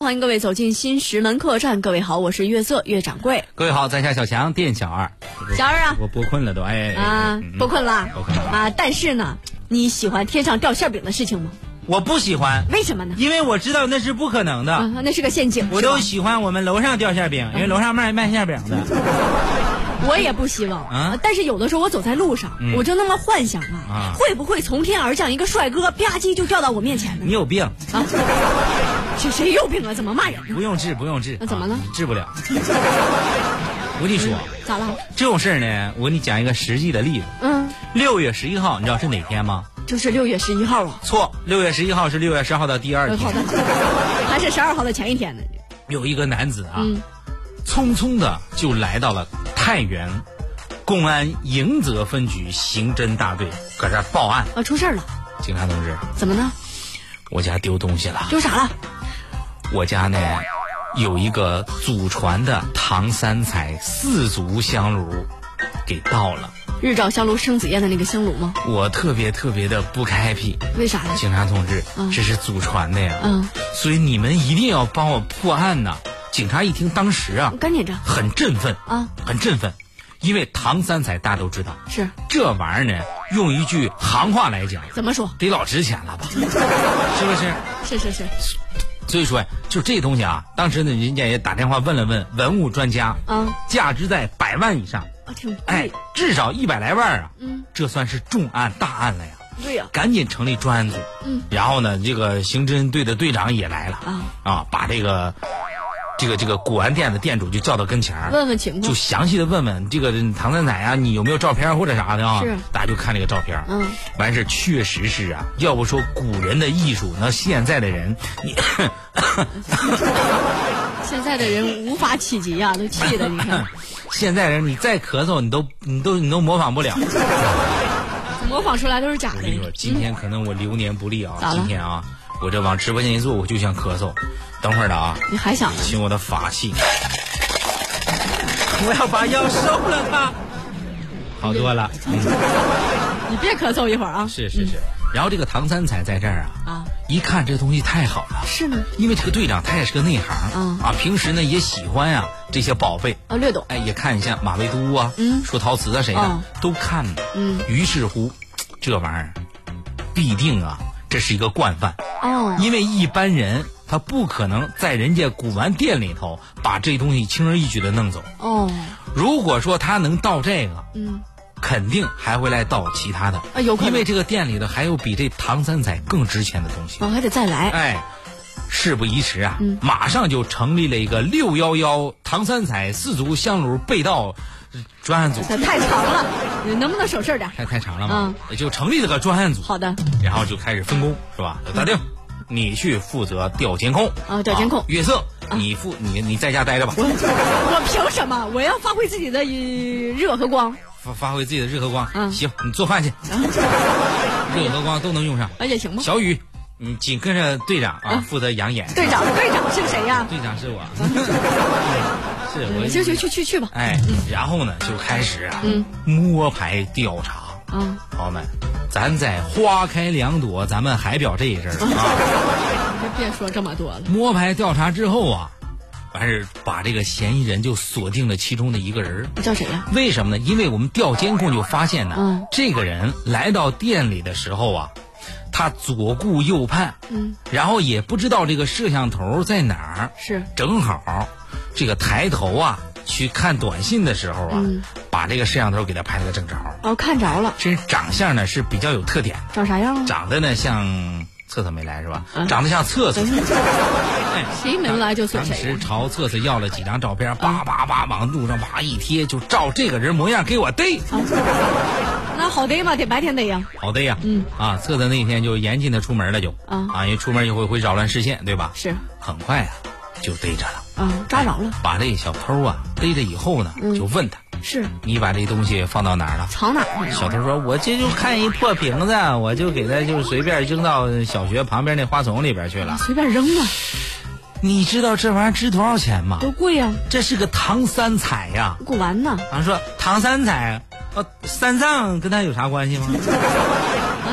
欢迎各位走进新石门客栈。各位好，我是月色岳掌柜。 各位好，在下小强店小二。 小二啊， 我拨困了都， 拨困了， 拨困了啊！但是呢，你喜欢天上掉馅饼的事情吗？ 我不喜欢。 为什么呢？ 因为我知道那是不可能的， 那是个陷阱。 我都喜欢我们楼上掉馅饼，因为楼上卖馅饼的。 我也不希望但是有的时候我走在路上，我就那么幻想会不会从天而降一个帅哥，吧唧就掉到我面前呢？ 你有病啊！ 谁有病了？怎么骂人呢？ 不用治。 那怎么了？ 治不了。我跟你说， 咋了？ 这种事儿呢，我给你讲一个实际的例子。6月11号，你知道是哪天吗？ 就是6月11号啊。 错，6月11号是6月10号的第二天。 好的，还是12号的前一天呢。 有一个男子匆匆的就来到了太原公安迎泽分局刑侦大队，搁这儿报案出事了。 警察同志， 怎么呢？ 我家丢东西了。 丢啥了？ 我家呢有一个祖传的唐三彩4足香炉给盗了。 日照香炉生紫烟的那个香炉吗？我特别的不开辟。 为啥呢？ 警察同志，这是祖传的呀。所以你们一定要帮我破案呐。警察一听，当时赶紧着， 很振奋很振奋，因为唐三彩大家都知道， 是这玩意儿呢，用一句行话来讲， 怎么说？ 得老值钱了吧？是不是？是。所以说，就这东西当时呢，人家也打电话问了问文物专家，价值在100万以上， 挺贵， 至少100来万这算是重案大案了呀。 对呀， 赶紧成立专案组，然后呢，这个刑侦队的队长也来了把这个古玩店的店主就叫到跟前儿， 问问情况， 就详细的问问这个唐三彩你有没有照片或者啥的是， 大家就看这个照片，完事确实是要不说古人的艺术，那现在的人你现在的人无法企及都气的你看， 现在人你再咳嗽你都模仿不了， 模仿出来都是假的。 我跟你说，今天可能我流年不利今天我这往直播间一坐，我就想咳嗽。等会儿的你还想呢？ 请我的法器，我要把药收了它。好多了。 你别咳嗽一会儿是。然后这个唐三彩在这儿一看这东西太好了。 是呢。 因为这个队长他也是个内行平时呢也喜欢这些宝贝略懂。 也看一下马未都说陶瓷谁的都看的。于是乎，这玩意儿必定这是一个惯犯因为一般人他不可能在人家古玩店里头把这东西轻而易举的弄走如果说他能盗这个肯定还会来盗其他的有可能， 因为这个店里头还有比这唐三彩更值钱的东西还得再来事不宜迟马上就成立了一个611唐三彩4足香炉被盗专案组。 太长了，你能不能省事点？ 太长了吗？也就成立了个专案组。 好的。 然后就开始分工，是吧？打定，你去负责调监控调监控。 月色，你在家待着吧。 我凭什么？我要发挥自己的热和光。 发挥自己的热和光。行，你做饭去。热和光都能用上。 也行吧。 小雨，你紧跟着队长负责养眼。 队长是谁呀？ 队长是我。是我去吧。 然后呢就开始摸排调查朋友们，咱在花开两朵，咱们还表这一阵别说这么多了。 摸排调查之后完事把这个嫌疑人就锁定了其中的一个人。 叫谁呀？ 为什么呢？因为我们调监控就发现呢这个人来到店里的时候他左顾右盼然后也不知道这个摄像头在哪儿， 是正好这个抬头去看短信的时候把这个摄像头给他拍了个正着看着了。 这长相呢是比较有特点的。 长啥样长得呢像策策没来是吧长得像策策谁没来就算谁。 当时朝策策要了几张照片叭往路上一贴，就照这个人模样给我逮那好逮吗？得白天逮呀。 好逮呀策策那天就严禁的出门了就因为出门就会扰乱视线对吧？ 是。 很快就逮着了抓着了。 把这小偷逮着以后呢就问他是你把这东西放到哪儿了？ 藏哪儿？ 小偷说我这就看一破瓶子我就给他就随便扔到小学旁边那花丛里边去了。 随便扔你知道这玩意儿值多少钱吗？ 多贵呀！ 这是个唐三彩呀， 古玩呢。 说唐三彩三藏跟他有啥关系吗？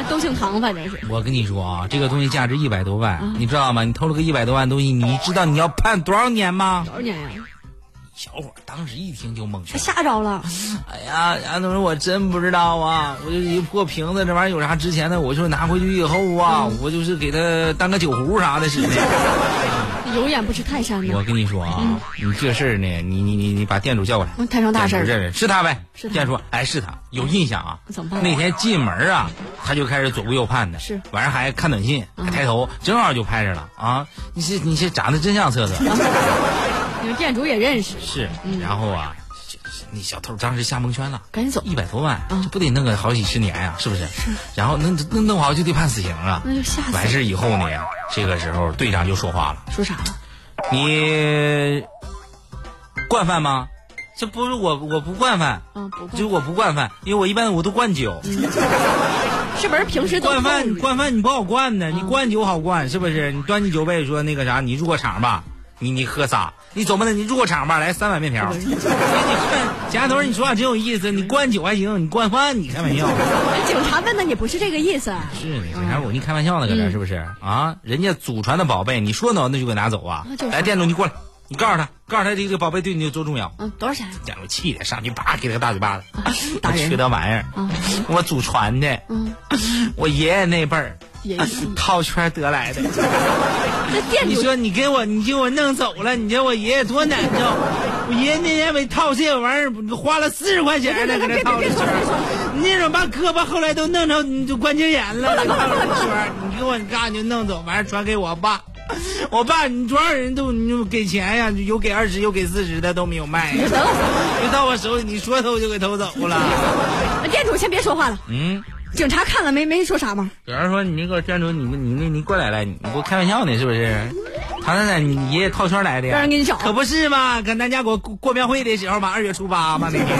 都姓唐，反正是。 我跟你说啊，这个东西价值100多万，你知道吗？你偷了个100多万东西，你知道你要判多少年吗？ 多少年呀？ 小伙当时一听就蒙圈， 吓着了。 哎呀，杨同志，我真不知道啊！我就一破瓶子，这玩意儿有啥值钱的？我就拿回去以后啊，我就是给他当个酒壶啥的使的。 有眼不识泰山呢。 我跟你说啊，你这事儿呢，你把店主叫过来， 摊上大事儿。是他呗？是他。店主，哎，是他，有印象啊。 怎么办？ 那天进门啊，他就开始左顾右盼的， 是晚上还看短信，还抬头，正好就拍着了啊！你是长得真像瑟瑟。 你们店主也认识。 是，然后啊，那小偷当时吓蒙圈了， 赶紧走 ，100多万，这不得弄个好几十年呀，是不是？是。然后弄不好就得判死刑啊。 那就吓死。 完事以后呢，这个时候队长就说话了。 说啥了？ 你惯犯吗？这不是我不惯犯，就是我不惯犯，因为我一般我都灌酒。 是不是平时都惯犯你不好惯呢？你灌酒好灌，是不是？你端起酒杯说那个啥，你入个场吧。你喝仨，你走吧，你入个场吧，来3碗面条。你看贾头，你说话真有意思，你灌酒还行，你灌饭你开玩笑。 警察问的你不是这个意思。 是你警察我你开玩笑呢，搁这是不是啊？人家祖传的宝贝，你说那就给拿走啊！来，店主你过来，你告诉他这个宝贝对你多重要。 多少钱？ 店主气的上去啪给他个大嘴巴子， 打人， 缺德玩意儿！我祖传的，我爷爷那辈儿套圈得来的。你说你给我弄走了，你说我爷爷多难受。我爷爷那天为套这玩意儿花了40块钱呢，给他套的圈。那种把胳膊后来都弄成你就关节炎了，套了圈。你给我干就弄走，完事传给我爸。我爸你多少人都你就给钱呀，有给20有给40的都没有卖，就到我手里你说偷就给偷走了。 店主先别说话了。警察看了没说啥吗？ 有人说你那个店主你过来你给我开玩笑呢是不是？唐奶奶你爷爷套圈来的呀？ 让人给你找。 可不是嘛，跟咱家过庙会的时候嘛，2月初8嘛那天。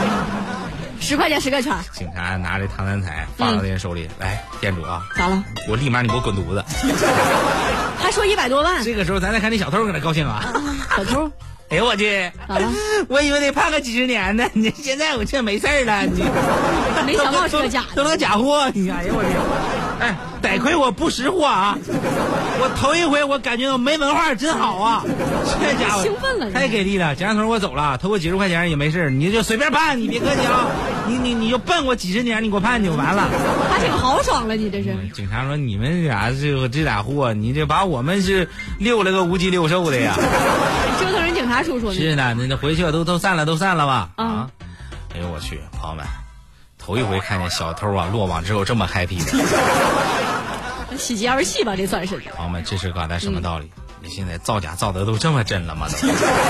10块钱10个圈。 警察拿着唐三彩放到那人手里，来店主啊。 咋了？ 我立马你给我滚犊子。 还说100多万。 这个时候咱再看那小偷搁那高兴啊。 小偷。 哎呦我去！ 咋了？ 我以为得判个几十年呢，你现在我却没事了，你没想到是个假， 都能假货，你哎呦我去！哎，得亏我不识货啊！我头一回我感觉我没文化真好啊！这家伙兴奋了， 太给力了！蒋头我走了，偷个几十块钱也没事，你就随便判，你别客气啊！你就笨我几十年，你给我判就完了。 还挺豪爽了，你这是。 警察说你们俩这俩货，你这把我们是溜了个无鸡六兽的呀！ 折腾人警察叔叔呢。 是的，那回去都散了吧？啊！哎呦我去，朋友们，头一回看见小偷啊落网之后这么 happy 的。 喜极而泣吧，这算是。 朋友们，这是告诉咱什么道理？你现在造假造得都这么真了吗？都。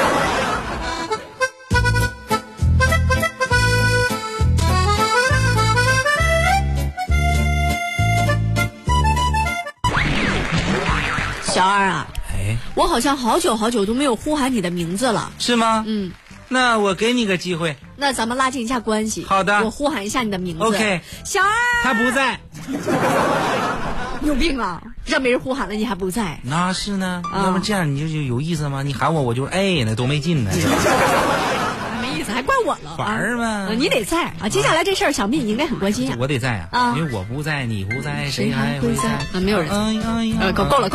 小二啊， 哎， 我好像好久都没有呼喊你的名字了。 是吗？那我给你个机会。 那咱们拉近一下关系。 好的， 我呼喊一下你的名字。 OK， 小二。 他不在。 你有病啊！让别人呼喊了你还不在？ 那是呢，要不这样你就有意思吗？你喊我就哎，那都没劲呢。 没意思，还怪我了。 玩儿嘛， 你得在啊！接下来这事儿，想必你应该很关心啊。 我得在啊，因为我不在，你不在，谁还会在？ 啊，没有人。够了。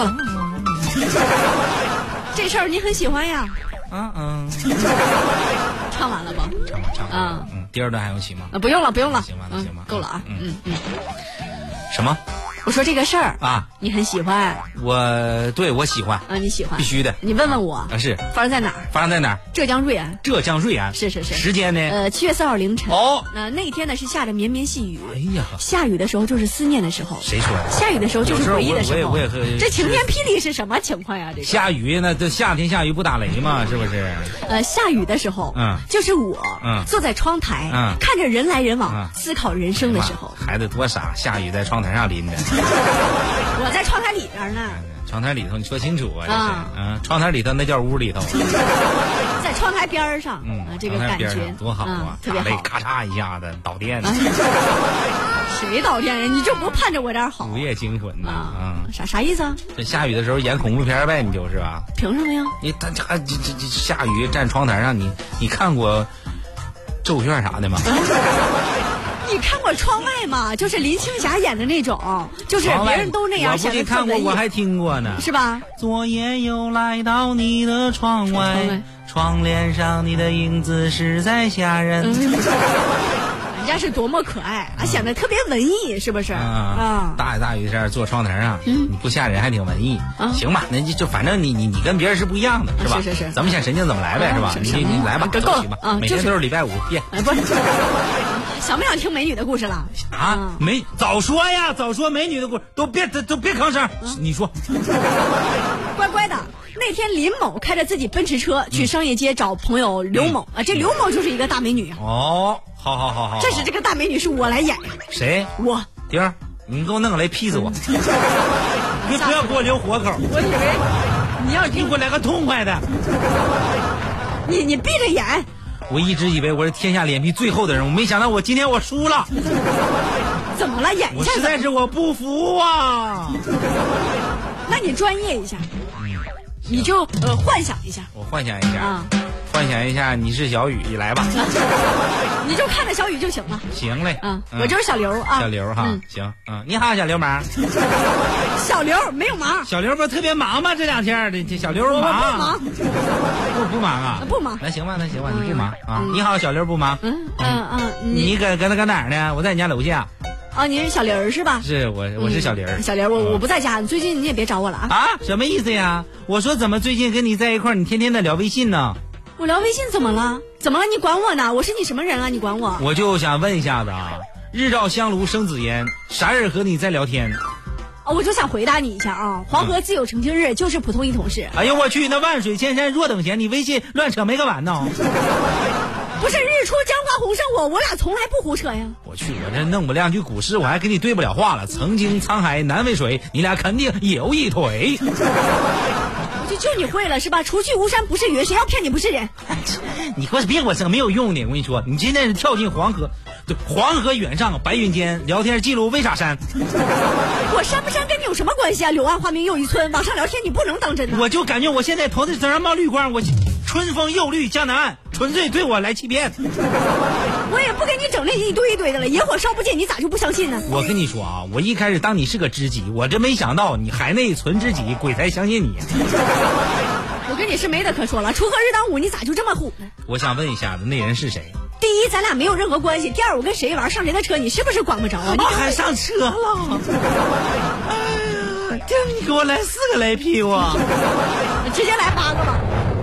这事儿你很喜欢呀。唱完了吧？ 唱完。第二段还用洗吗？ 不用了。 行吧， 够了啊。 什么？ 我说这个事儿啊， 你很喜欢。 我喜欢啊，你喜欢， 必须的。 你问问我啊，是发生在哪儿？浙江瑞安。是。 时间呢 ？7月4号凌晨。 哦。 那天呢是下着绵绵细雨。 哎呀， 下雨的时候就是思念的时候。 谁说的？ 下雨的时候就是回忆的时候。 我也这晴天霹雳是什么情况呀？这个下雨呢？这夏天下雨不打雷吗？是不是？ 下雨的时候，就是我，坐在窗台，看着人来人往，思考人生的时候。 孩子多傻，下雨在窗台上淋着。 我在窗台里边呢。 窗台里头，你说清楚啊！这是，窗台里头那叫屋里头。 在窗台边上，这个感觉多好啊！ 特别好， 咔嚓一下子导电。 谁导电人？你就不盼着我点好？ 午夜惊魂呐！ 啥意思啊？ 这下雨的时候演恐怖片呗，你就是吧？ 凭什么呀？ 你这下雨站窗台上，你看过咒怨啥的吗？ 你看过《窗外》吗？就是林青霞演的那种，就是别人都那样， 我不仅看过，我还听过呢， 是吧？ 昨夜又来到你的窗外，窗帘上你的影子实在吓人。 人家是多么可爱啊，显得特别文艺，是不是？ 大雨天坐窗台上，你不吓人还挺文艺。行吧，那就反正你跟别人是不一样的，是吧？ 是。 咱们想神经怎么来呗，是吧？你来吧，走起吧。每天都是礼拜5，别。 不是。想不想听美女的故事了？ 早说呀，早说美女的故事，都别吭声。你说。 乖乖的。那天林某开着自己奔驰车去商业街找朋友刘某这刘某就是一个大美女啊。 好。 这是这个大美女是我来演呀。 谁？ 我。 丁儿，你给我弄个来劈死我！你不要给我留活口。 我以为你要给我来个痛快的。 你闭着眼。 我一直以为我是天下脸皮最厚的人，我没想到今天我输了。 怎么了？演一下。 我实在是我不服啊。 那你专业一下。你就幻想一下。 我幻想一下幻想一下你是小雨，你来吧。 你就看着小雨就行了。 行嘞。 我就是小刘啊。 小刘哈。行。你好，小流氓。 小刘没有忙。 小刘不是特别忙吗？这2天这小刘忙。 我不忙。 不忙啊？ 不忙。 那行吧，你不忙啊？你好，小刘不忙。你搁哪儿呢？我在你家楼下。 你是小玲儿是吧？ 是我是小玲儿。 小玲儿，我不在家，最近你也别找我了啊。 什么意思呀？我说怎么最近跟你在一块儿，你天天的聊微信呢？ 我聊微信怎么了？你管我呢？我是你什么人啊？你管我？ 我就想问一下子啊，日照香炉生紫烟，啥人和你在聊天？ 我就想回答你一下啊，黄河自有澄清日，就是普通一同事。 哎呦我去，那万水千山若等闲，你微信乱扯没个完呢。 不是日出江花红胜火，我俩从来不胡扯呀。 我去，我这弄不2句古诗，我还跟你对不了话了。曾经沧海难为水，你俩肯定有一腿。 我就你会了是吧？除去巫山不是云，谁要骗你不是人？ 你别给我整没有用的，我跟你说，你现在是跳进黄河，黄河远上白云间，聊天记录为啥删？ 我删不删跟你有什么关系啊？柳暗花明又一村，网上聊天你不能当真的。 我就感觉我现在头顶上冒绿光，我春风又绿江南岸，纯粹对我来欺骗。 我也不给你整那一堆一堆的了，野火烧不尽，你咋就不相信呢？ 我跟你说啊，我一开始当你是个知己，我真没想到你海内存知己，鬼才相信你。 我跟你是没得可说了，锄禾日当午，你咋就这么虎呢？ 我想问一下子，那人是谁？ 第一，咱俩没有任何关系；第二，我跟谁玩上谁的车，你是不是管不着啊？你还上车了？你给我来4个雷劈我， 直接来8个吧。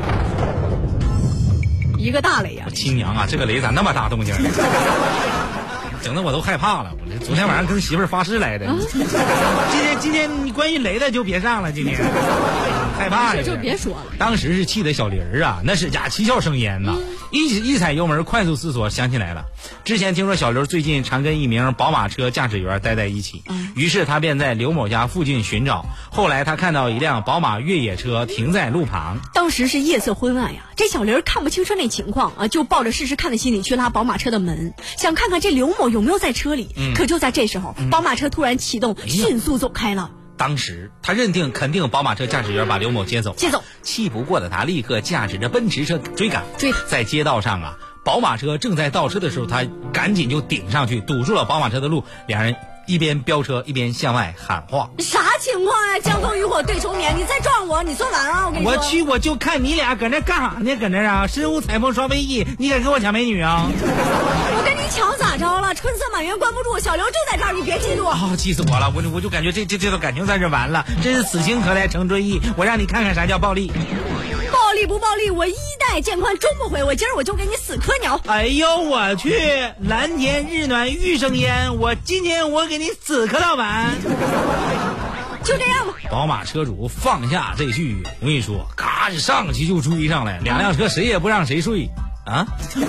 一个大雷呀！ 亲娘啊，这个雷咋那么大动静？整得我都害怕了。我昨天晚上跟媳妇儿发誓来的。今天你关于雷的就别上了，今天害怕呀。 就别说了。 当时是气得小玲儿啊，那是家七窍生烟呐。一踩油门，快速思索，想起来了。之前听说小刘最近常跟一名宝马车驾驶员待在一起，于是他便在刘某家附近寻找。后来他看到一辆宝马越野车停在路旁， 当时是夜色昏暗呀。这小刘看不清车内情况啊，就抱着试试看的心理去拉宝马车的门，想看看这刘某有没有在车里。可就在这时候，宝马车突然启动，迅速走开了。 当时他认定肯定宝马车驾驶员把刘某接走，气不过的他立刻驾驶着奔驰车追赶。在街道上啊，宝马车正在倒车的时候，他赶紧就顶上去堵住了宝马车的路，两人一边飙车一边向外喊话。 啥情况啊？江枫渔火对愁眠，你再撞我，你算完啊！我跟你说， 我去，我就看你俩搁那干啥呢？搁那啊，身无彩凤双飞翼，你敢跟我抢美女啊？ 我跟你抢咋着了？春色满园关不住，小刘就在这儿，你别嫉妒。 气死我了！我就感觉这段感情算是完了，真是此情可待成追忆。我让你看看啥叫暴力。 暴力不暴力，我一代剑宽终不悔，我今儿我就给你死磕鸟。 哎呦我去，蓝天日暖玉生烟，我今天我给你死磕到晚。 就这样吧。 宝马车主放下这句，我跟你说，咔上去就追上来，两辆车谁也不让谁睡啊，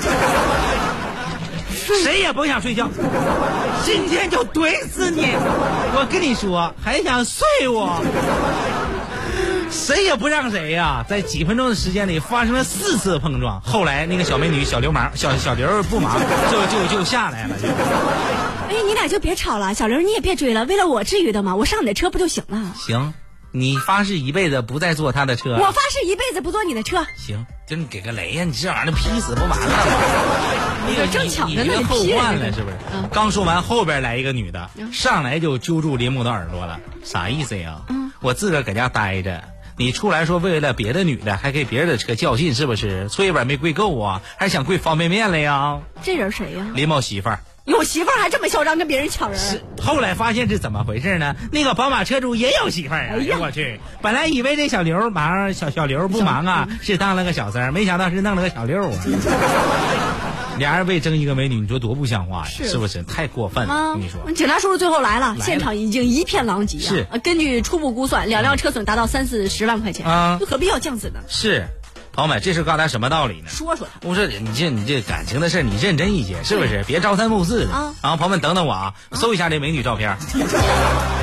谁也不想睡觉，今天就怼死你！我跟你说，还想睡我？谁也不让谁呀！在几分钟的时间里发生了4次碰撞，后来那个小美女小流氓小刘不忙就下来了。哎， 你俩就别吵了，小刘你也别追了，为了我至于的吗？我上你的车不就行了？ 行， 你发誓一辈子不再坐他的车？ 我发誓一辈子不坐你的车。 行，就你给个雷呀！你这玩意儿劈死不完了吗？ 你正抢着呢， 你后患了是不是？刚说完，后边来一个女的，上来就揪住林木的耳朵了，啥意思呀？我自个儿搁家待着，你出来说为了别的女的还给别人的车较劲，是不是？搓衣板没跪够啊，还是想跪方便面了呀？ 这人谁呀？ 林某媳妇儿。 有媳妇儿还这么嚣张跟别人抢人？ 是，后来发现是怎么回事呢？那个宝马车主也有媳妇儿啊！哎呀，我去！本来以为这小刘忙，小刘不忙啊，是当了个小三，没想到是弄了个小六啊！俩人为争一个美女，你说多不像话呀？是不是？太过分了！跟你说， 警察叔叔最后来了，现场已经一片狼藉啊！ 是， 根据初步估算，2辆车损达到30-40万块钱啊，又何必要这样子呢？ 是。朋友们，这事告诉他什么道理呢？ 说说他。 我说你这感情的事你认真一些，是不是？别朝三暮四的啊！朋友们，等等我啊，搜一下这美女照片。